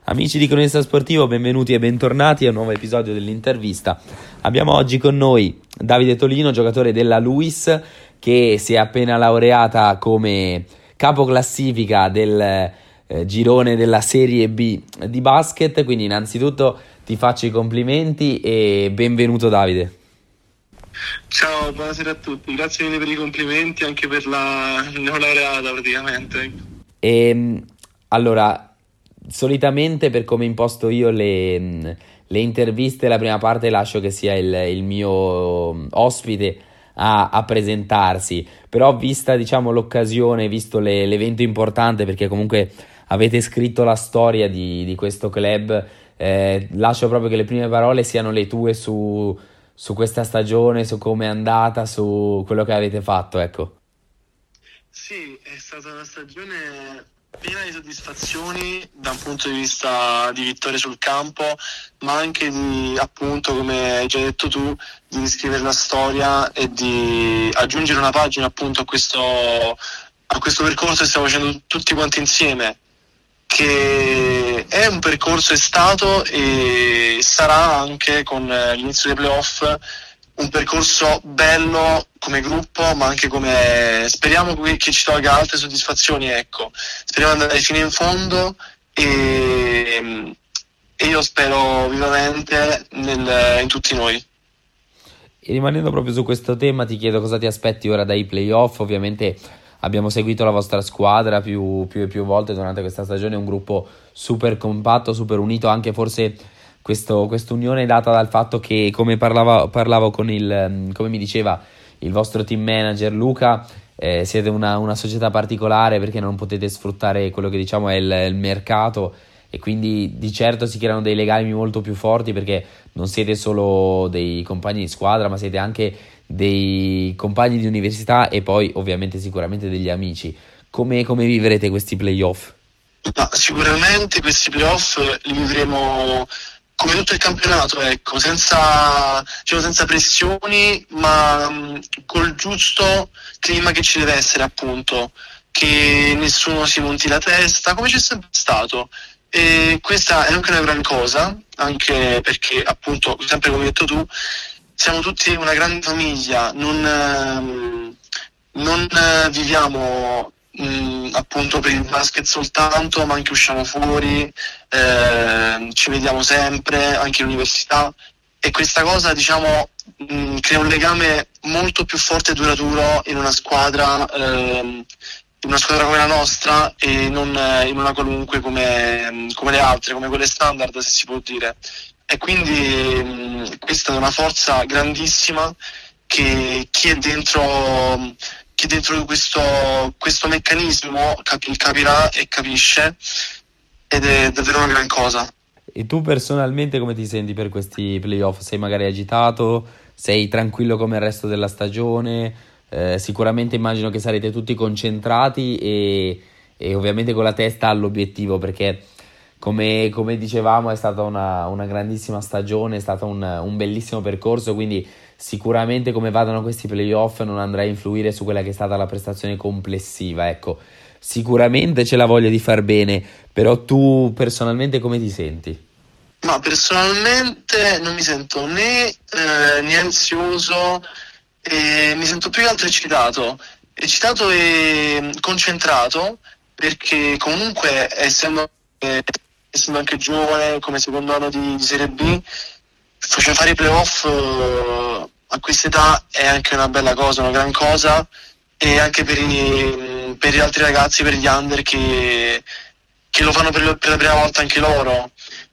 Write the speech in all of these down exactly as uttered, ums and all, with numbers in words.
Amici di Cronista Sportivo, benvenuti e bentornati a un nuovo episodio dell'intervista. Abbiamo oggi con noi Davide Tolino, giocatore della Luis, che si è appena laureata come capoclassifica del eh, girone della Serie B di basket, quindi innanzitutto ti faccio i complimenti e benvenuto Davide. Ciao, buonasera a tutti, grazie mille per i complimenti, anche per la neolaureata praticamente. E, allora... Solitamente, per come imposto io le, le interviste, la prima parte lascio che sia il, il mio ospite a, a presentarsi, però vista diciamo l'occasione, visto le, l'evento importante, perché comunque avete scritto la storia di, di questo club, eh, lascio proprio che le prime parole siano le tue su, su questa stagione, su come è andata, su quello che avete fatto, ecco. Sì, è stata una stagione piena di soddisfazioni da un punto di vista di vittorie sul campo, ma anche di, appunto, come hai già detto tu, di riscrivere la storia e di aggiungere una pagina appunto a questo, a questo percorso che stiamo facendo tutti quanti insieme, che è un percorso, è stato e sarà anche con l'inizio dei playoff un percorso bello come gruppo, ma anche come speriamo che ci tolga altre soddisfazioni, ecco. Speriamo di andare fino in fondo e, e io spero vivamente nel, in tutti noi. E rimanendo proprio su questo tema, ti chiedo cosa ti aspetti ora dai playoff. Ovviamente abbiamo seguito la vostra squadra più, più e più volte durante questa stagione, un gruppo super compatto, super unito, anche forse Questo, quest'unione è data dal fatto che, come parlava, parlavo con il, come mi diceva il vostro team manager Luca, eh, siete una, una società particolare perché non potete sfruttare quello che diciamo è il, il mercato, e quindi di certo si creano dei legami molto più forti, perché non siete solo dei compagni di squadra, ma siete anche dei compagni di università e poi ovviamente sicuramente degli amici. Come, come vivrete questi playoff? Ma sicuramente questi playoff li vivremo come tutto il campionato, ecco, senza, diciamo, senza pressioni, ma mh, col giusto clima che ci deve essere, appunto, che nessuno si monti la testa, come c'è sempre stato. E questa è anche una gran cosa, anche perché, appunto, sempre come hai detto tu, siamo tutti una grande famiglia, non, ehm, non eh, viviamo Mm, appunto per il basket soltanto, ma anche usciamo fuori, eh, ci vediamo sempre, anche all'università, e questa cosa diciamo mh, crea un legame molto più forte e duraturo in una squadra, eh, in una squadra come la nostra, e non eh, in una qualunque come, come le altre, come quelle standard, se si può dire. E quindi mh, questa è una forza grandissima che chi è dentro che dentro questo, questo meccanismo capi, capirà e capisce, ed è davvero una gran cosa. E tu personalmente come ti senti per questi playoff? Sei magari agitato? Sei tranquillo come il resto della stagione? Eh, sicuramente immagino che sarete tutti concentrati e, e ovviamente con la testa all'obiettivo, perché come, come dicevamo è stata una, una grandissima stagione, è stato un, un bellissimo percorso, quindi sicuramente come vadano questi playoff non andrà a influire su quella che è stata la prestazione complessiva, ecco. Sicuramente c'è la voglia di far bene, però tu personalmente come ti senti? Ma personalmente non mi sento né, eh, né ansioso, eh, mi sento più che altro eccitato, eccitato e concentrato, perché comunque essendo, eh, essendo anche giovane, come secondo anno di, di Serie B, cioè fare i playoff uh, a quest'età è anche una bella cosa, una gran cosa, e anche per, i, per gli altri ragazzi, per gli under che, che lo fanno per, per la prima volta anche loro.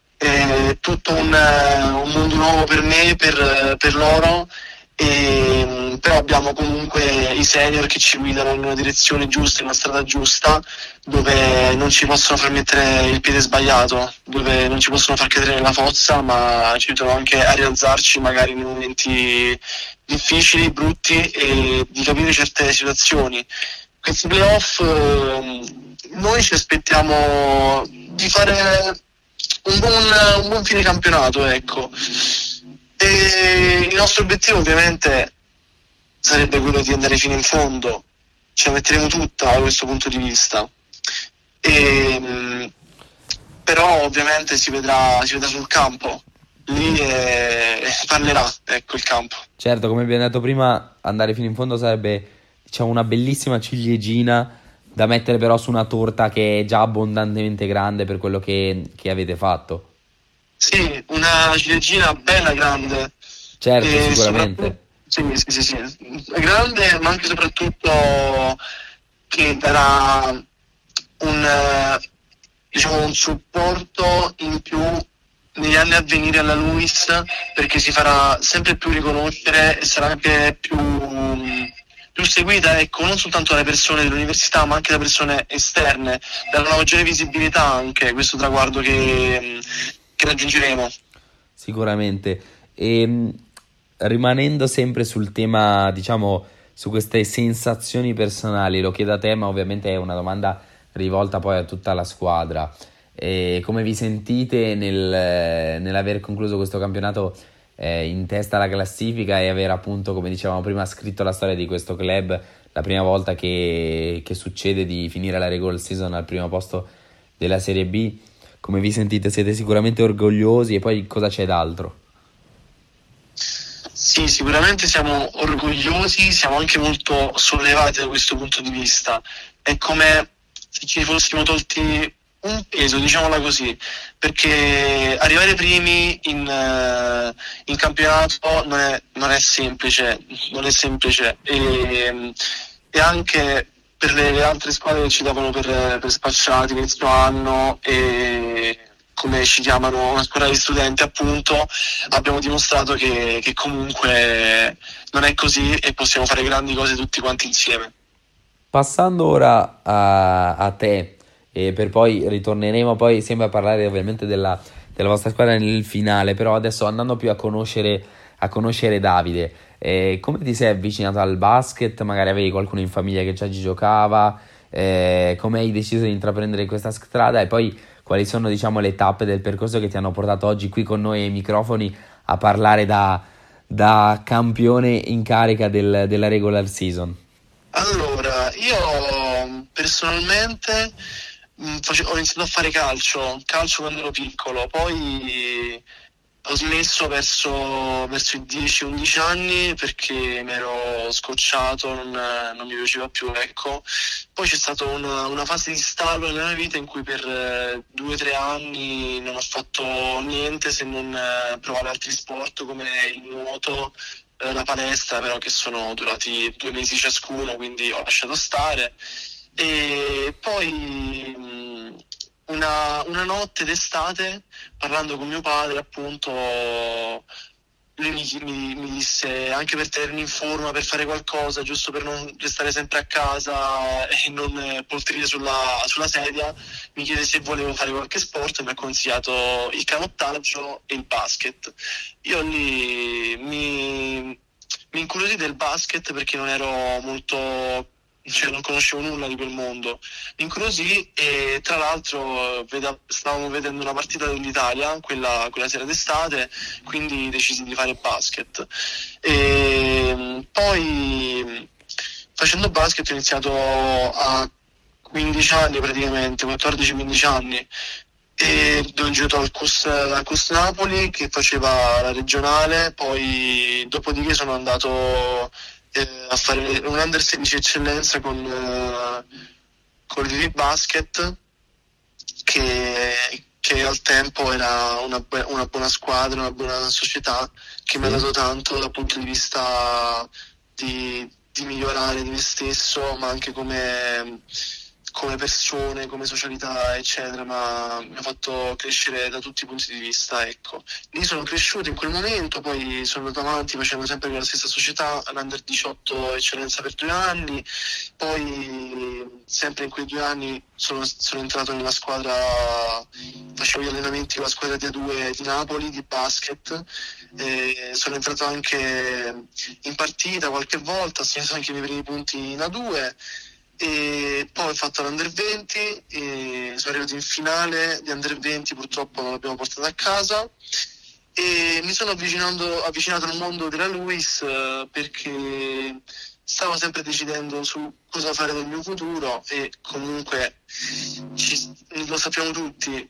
È tutto un, un mondo nuovo per me, per, per loro, e, però abbiamo comunque i senior che ci guidano in una direzione giusta, in una strada giusta, dove non ci possono far mettere il piede sbagliato, dove non ci possono far cadere nella fozza, ma ci aiutano anche a rialzarci magari nei momenti difficili, brutti, e di capire certe situazioni. Questi playoff noi ci aspettiamo di fare un buon, un buon fine campionato, ecco. E il nostro obiettivo ovviamente sarebbe quello di andare fino in fondo, ce la metteremo tutta da questo punto di vista. E, però ovviamente si vedrà, si vedrà sul campo, lì eh, parlerà, ecco, il campo. Certo, come abbiamo detto prima, andare fino in fondo sarebbe, diciamo, una bellissima ciliegina da mettere però su una torta che è già abbondantemente grande per quello che, che avete fatto. Sì, una ciliegina bella grande. Certo, E sicuramente. soprattutto, sì, sì, sì, sì, è grande, ma anche e soprattutto che darà un, eh, diciamo, un supporto in più negli anni a venire alla Luis, perché si farà sempre più riconoscere e sarà anche più, più seguita, ecco, non soltanto dalle persone dell'università, ma anche da persone esterne, dalla una maggiore visibilità anche questo traguardo che, che raggiungeremo. Sicuramente. E mh, rimanendo sempre sul tema, diciamo, su queste sensazioni personali, lo chiedo a te, ma ovviamente è una domanda rivolta poi a tutta la squadra. E come vi sentite nel, nell'aver concluso questo campionato eh, in testa alla classifica e aver appunto, come dicevamo prima, scritto la storia di questo club, la prima volta che, che succede di finire la regular season al primo posto della Serie B? Come vi sentite? Siete sicuramente orgogliosi e poi cosa c'è d'altro? Sì, sicuramente siamo orgogliosi, siamo anche molto sollevati da questo punto di vista. È come se ci fossimo tolti un peso, diciamola così, perché arrivare primi in, eh, in campionato non è, non è semplice, non è semplice e, e anche per le, le altre squadre che ci davano per, per spacciati inizio anno e come ci chiamano una squadra di studenti appunto, abbiamo dimostrato che, che comunque non è così e possiamo fare grandi cose tutti quanti insieme. Passando ora a, a te, e per poi ritorneremo poi sempre a parlare ovviamente della, della vostra squadra nel finale, però adesso andando più a conoscere, a conoscere Davide, eh, come ti sei avvicinato al basket? Magari avevi qualcuno in famiglia che già ci giocava, eh, come hai deciso di intraprendere questa strada e poi quali sono, diciamo, le tappe del percorso che ti hanno portato oggi qui con noi ai microfoni a parlare da, da campione in carica del- della regular season? Allora, io personalmente mh, face- ho iniziato a fare calcio, calcio quando ero piccolo, poi ho smesso verso, verso i dieci undici anni perché mi ero scocciato, non, non mi piaceva più, ecco. Poi c'è stata una, una fase di stallo nella mia vita in cui per eh, due o tre anni non ho fatto niente se non eh, provare altri sport come il nuoto, eh, la palestra, però che sono durati due mesi ciascuno, quindi ho lasciato stare. E poi mh, una, una notte d'estate, parlando con mio padre, appunto, lui mi, mi- mi disse, anche per tenermi in forma, per fare qualcosa, giusto per non restare sempre a casa e non eh, poltrire sulla, sulla sedia, mi chiese se volevo fare qualche sport e mi ha consigliato il canottaggio e il basket. Io lì mi, mi incuriosì del basket perché non ero molto, cioè non conoscevo nulla di quel mondo. Mi incuriosì e tra l'altro veda- stavamo vedendo una partita dell'Italia, quella, quella sera d'estate, quindi decisi di fare basket. E poi facendo basket ho iniziato a quindici anni praticamente, quattordici quindici anni, e dove ho giocato al CUS, al CUS Napoli che faceva la regionale, poi dopodiché sono andato eh, a fare un under sedici eccellenza con, eh, con il Basket che, che al tempo era una, bu- una buona squadra, una buona società che mi ha Sì. dato tanto dal punto di vista di, di migliorare di me stesso, ma anche come, come persone, come socialità, eccetera, ma mi ha fatto crescere da tutti i punti di vista, ecco. Lì sono cresciuto in quel momento, poi sono andato avanti facendo sempre con la stessa società, l'Under diciotto eccellenza per due anni, poi sempre in quei due anni sono, sono entrato nella squadra, facevo gli allenamenti con la squadra D due di Napoli di basket, e sono entrato anche in partita qualche volta, ho segnato anche i miei primi punti in A due e poi ho fatto l'Under venti e sono arrivato in finale di Under venti, purtroppo non l'abbiamo portata a casa e mi sono avvicinando, avvicinato al mondo della Luis eh, perché stavo sempre decidendo su cosa fare del mio futuro e comunque ci- lo sappiamo tutti,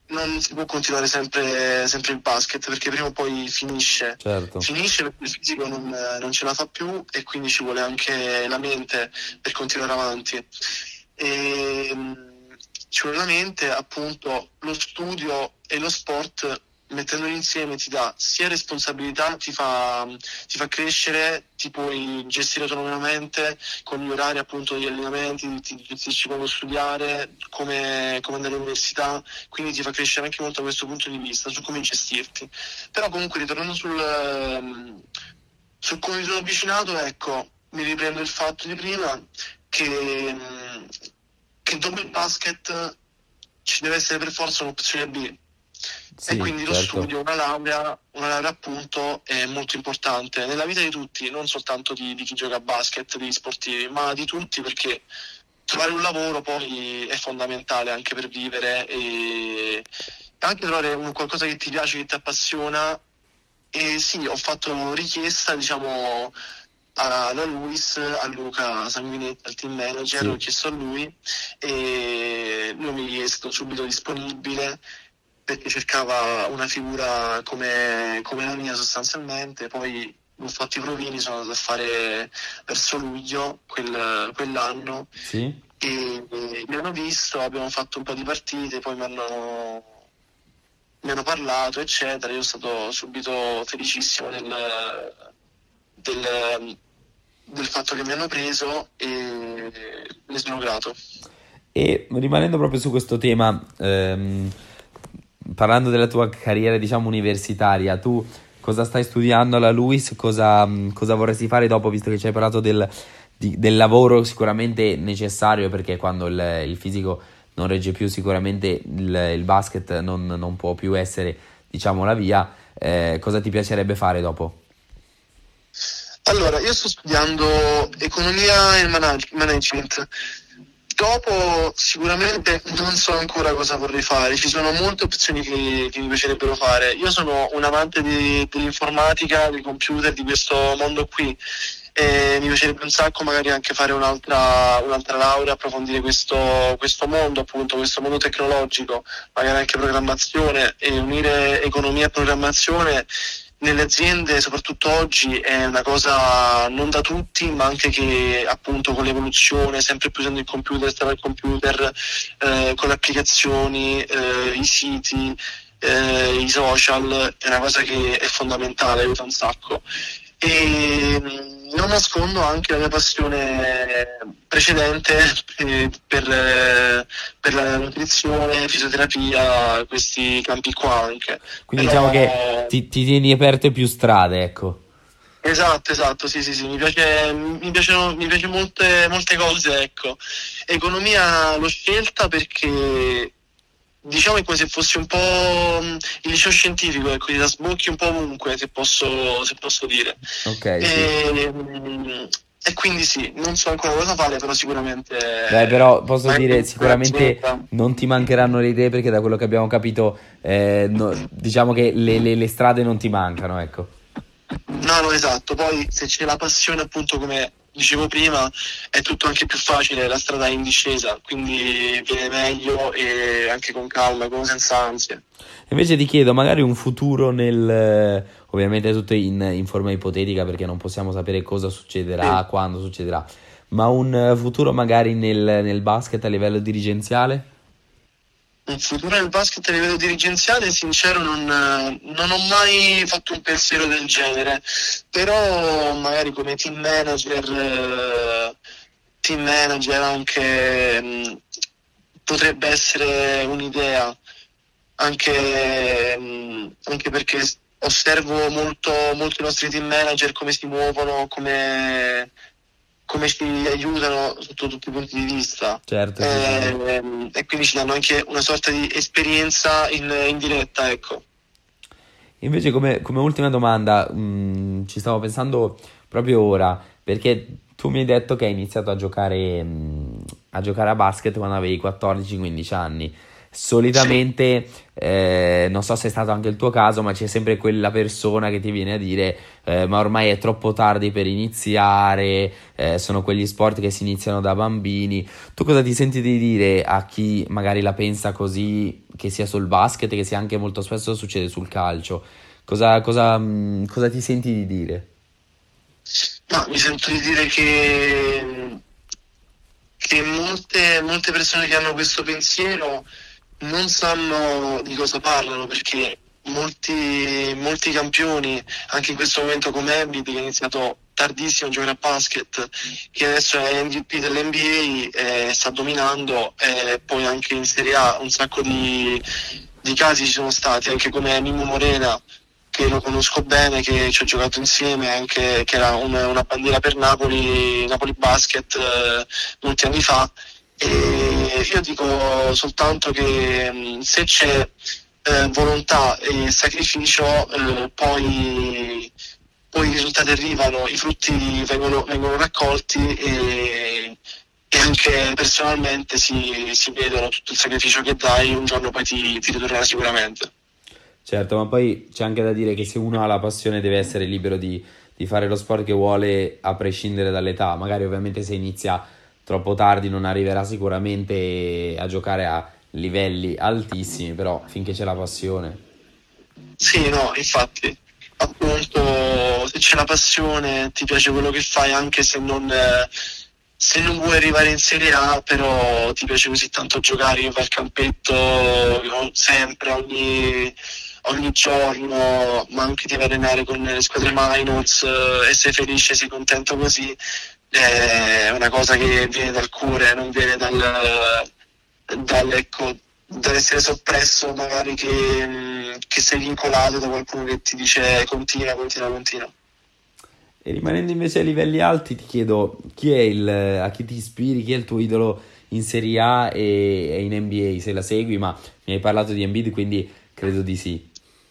non si può continuare sempre, sempre il basket, perché prima o poi finisce. Certo. Finisce perché il fisico non, non ce la fa più e quindi ci vuole anche la mente per continuare avanti. E, mh, ci vuole la mente, appunto, lo studio e lo sport mettendoli insieme ti dà sia responsabilità, ti fa, ti fa crescere, ti puoi gestire autonomamente con gli orari appunto degli allenamenti, ti gestisci come studiare, come, come andare all'università, quindi ti fa crescere anche molto da questo punto di vista, su come gestirti. Però comunque ritornando sul, ehm, su come mi sono avvicinato, ecco, mi riprendo il fatto di prima che, mh, che dopo il basket ci deve essere per forza un'opzione B. Sì, E quindi lo certo. studio, una laurea, una laurea appunto è molto importante nella vita di tutti, non soltanto di, di chi gioca a basket, degli sportivi, ma di tutti, perché trovare un lavoro poi è fondamentale anche per vivere e anche trovare un qualcosa che ti piace, che ti appassiona. E sì, ho fatto richiesta, diciamo, a, da Luis, a Luca Sanguinetti, al team manager, Sì. ho chiesto a lui e lui mi è stato subito disponibile, perché cercava una figura come, come la mia sostanzialmente. Poi ho fatto i provini, sono andato a fare verso luglio quel, quell'anno Sì. e, e mi hanno visto, abbiamo fatto un po' di partite, poi mi hanno, mi hanno parlato eccetera. Io sono stato subito felicissimo del, del, del fatto che mi hanno preso e ne sono grato. E rimanendo proprio su questo tema, ehm, parlando della tua carriera, diciamo, universitaria, tu cosa stai studiando alla Luis? Cosa, mh, cosa vorresti fare dopo, visto che ci hai parlato del, di- del lavoro sicuramente necessario, perché quando il, il fisico non regge più, sicuramente il, il basket non, non può più essere, diciamo, la via. Eh, cosa ti piacerebbe fare dopo? Allora, io sto studiando economia e manag- management. Dopo sicuramente non so ancora cosa vorrei fare, ci sono molte opzioni che, che mi piacerebbero fare. Io sono un amante di- dell'informatica, dei computer, di questo mondo qui e mi piacerebbe un sacco magari anche fare un'altra, un'altra laurea, approfondire questo, questo mondo, appunto, questo mondo tecnologico, magari anche programmazione e unire economia e programmazione nelle aziende, soprattutto oggi, è una cosa non da tutti, ma anche che appunto con l'evoluzione, sempre più usando il computer, stare al computer, eh, con le applicazioni, eh, i siti, eh, i social, è una cosa che è fondamentale, aiuta un sacco. E mh, non nascondo anche la mia passione precedente eh, per, eh, per la nutrizione, fisioterapia, questi campi qua anche. Quindi diciamo che Però ti, ti tieni aperte più strade, ecco. esatto, esatto, sì, sì, sì, mi piace, mi piacciono, mi piace molte, molte cose, ecco. Economia l'ho scelta perché diciamo è come se fosse un po' mh, il liceo scientifico, ecco, ti da sbocchi un po' ovunque, se posso, se posso dire. Ok, sì. E, mh, e quindi sì, non so ancora cosa fare, però sicuramente Beh, però posso magari dire sicuramente un'azienda. non ti mancheranno le idee, perché da quello che abbiamo capito, eh, no- diciamo che le, le- le strade non ti mancano, ecco. No, no, esatto. Poi se c'è la passione, appunto, come dicevo prima, è tutto anche più facile, la strada è in discesa, quindi viene meglio e anche con calma, con senza ansie. Invece ti chiedo magari un futuro nel, eh, ovviamente tutto in, in forma ipotetica, perché non possiamo sapere cosa succederà, Sì. quando succederà, ma un eh, futuro magari nel, nel basket a livello dirigenziale? Un futuro nel basket a livello dirigenziale, sincero, non, non ho mai fatto un pensiero del genere, però magari come team manager, eh, team manager anche mh, potrebbe essere un'idea, anche, mh, anche perché s- osservo molto, molto i nostri team manager, come si muovono, come, come ci aiutano sotto tutti i punti di vista. Certo, sì, sì, sì. Ehm, e quindi ci danno anche una sorta di esperienza in, in diretta, ecco. Invece come, come ultima domanda, mh, ci stavo pensando proprio ora, perché tu mi hai detto che hai iniziato a giocare, mh, a giocare a basket quando avevi quattordici quindici anni. solitamente, eh, non so se è stato anche il tuo caso, ma c'è sempre quella persona che ti viene a dire eh, ma ormai è troppo tardi per iniziare, eh, sono quegli sport che si iniziano da bambini. Tu cosa ti senti di dire a chi magari la pensa così, che sia sul basket, che sia anche molto spesso succede sul calcio? Cosa, cosa, mh, cosa ti senti di dire? No, mi sento di dire che, che molte, molte persone che hanno questo pensiero non sanno di cosa parlano, perché molti, molti campioni, anche in questo momento come Embiid, che ha iniziato tardissimo a giocare a basket, che adesso è M V P dell'N B A, eh, sta dominando, e eh, poi anche in Serie A un sacco di, di casi ci sono stati, anche come Mimmo Morena, che lo conosco bene, che ci ho giocato insieme, anche che era una, una bandiera per Napoli, Napoli Basket, eh, molti anni fa. E io dico soltanto che mh, se c'è eh, volontà e sacrificio, eh, poi, poi i risultati arrivano, i frutti vengono, vengono raccolti, e, e anche personalmente si, si vedono tutto il sacrificio che dai, un giorno poi ti, ti ritornerà sicuramente. Certo, ma poi c'è anche da dire che se uno ha la passione deve essere libero di, di fare lo sport che vuole a prescindere dall'età. Magari ovviamente se inizia troppo tardi non arriverà sicuramente a giocare a livelli altissimi, però finché c'è la passione. Sì, no, infatti, appunto, se c'è la passione, ti piace quello che fai, anche se non, eh, se non vuoi arrivare in Serie A, però ti piace così tanto giocare, io fai il campetto no, sempre, ogni, ogni giorno, ma anche ti vai a allenare con le squadre minors, eh, e sei felice, sei contento così, è una cosa che viene dal cuore, non viene dal, dal ecco, dall'essere soppresso, magari che, che sei vincolato da qualcuno che ti dice continua, continua, continua. E rimanendo invece a livelli alti, ti chiedo chi è il, a chi ti ispiri, chi è il tuo idolo in Serie A e, e in N B A, se la segui, ma mi hai parlato di Embiid, quindi credo di sì.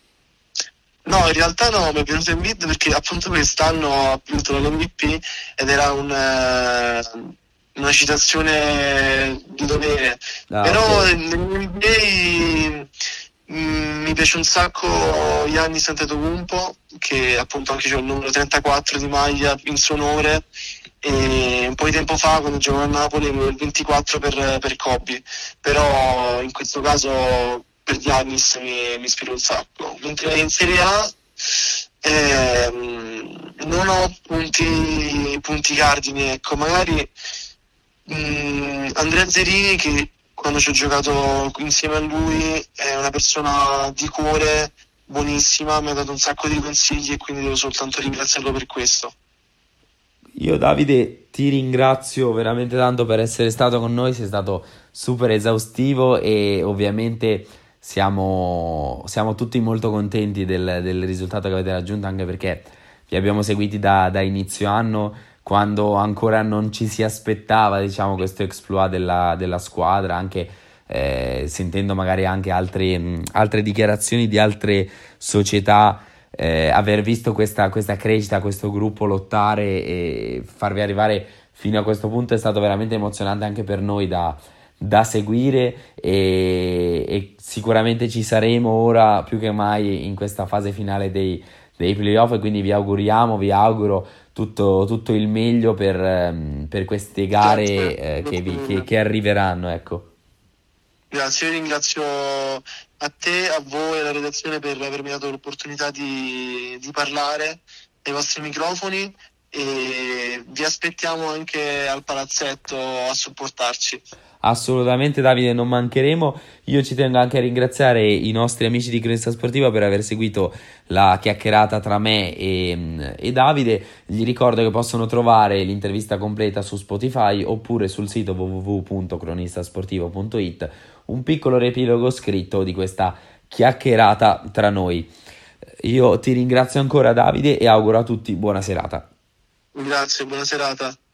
No, in realtà no, mi è venuto Embiid perché appunto quest'anno ha vinto l'M V P ed era un, eh, una citazione di dovere. Ah, Però ok. nell'N B A mm, mi piace un sacco Giannis Antetokounmpo, che appunto anche c'è il numero trentaquattro di maglia in suo onore, e un po' di tempo fa quando giocavo a Napoli avevo il ventiquattro per, per Kobe, però in questo caso per Giannis mi, mi ispira un sacco. Mentre in Serie A ehm, non ho punti, punti cardini, ecco, magari mh, Andrea Zerini, che quando ci ho giocato insieme a lui è una persona di cuore, buonissima, mi ha dato un sacco di consigli e quindi devo soltanto ringraziarlo per questo. Io Davide ti ringrazio veramente tanto per essere stato con noi, sei stato super esaustivo e ovviamente siamo, siamo tutti molto contenti del, del risultato che avete raggiunto, anche perché vi abbiamo seguiti da, da inizio anno, quando ancora non ci si aspettava, diciamo, questo exploit della, della squadra, anche eh, sentendo magari anche altre, mh, altre dichiarazioni di altre società. Eh, aver visto questa, questa crescita, questo gruppo lottare e farvi arrivare fino a questo punto è stato veramente emozionante anche per noi da, da seguire e, e sicuramente ci saremo ora più che mai in questa fase finale dei, dei playoff, e quindi vi auguriamo, vi auguro tutto, tutto il meglio per, ehm, per queste gare eh, che, vi, che, che arriveranno, ecco. Grazie, io ringrazio a te, a voi e alla redazione per avermi dato l'opportunità di, di parlare ai vostri microfoni, e vi aspettiamo anche al palazzetto a supportarci. Assolutamente Davide, non mancheremo. Io ci tengo anche a ringraziare i nostri amici di Cronista Sportiva per aver seguito la chiacchierata tra me e, e Davide. Gli ricordo che possono trovare l'intervista completa su Spotify oppure sul sito w w w punto cronistasportivo punto i t, un piccolo riepilogo scritto di questa chiacchierata tra noi. Io ti ringrazio ancora Davide e auguro a tutti buona serata. Grazie, buona serata.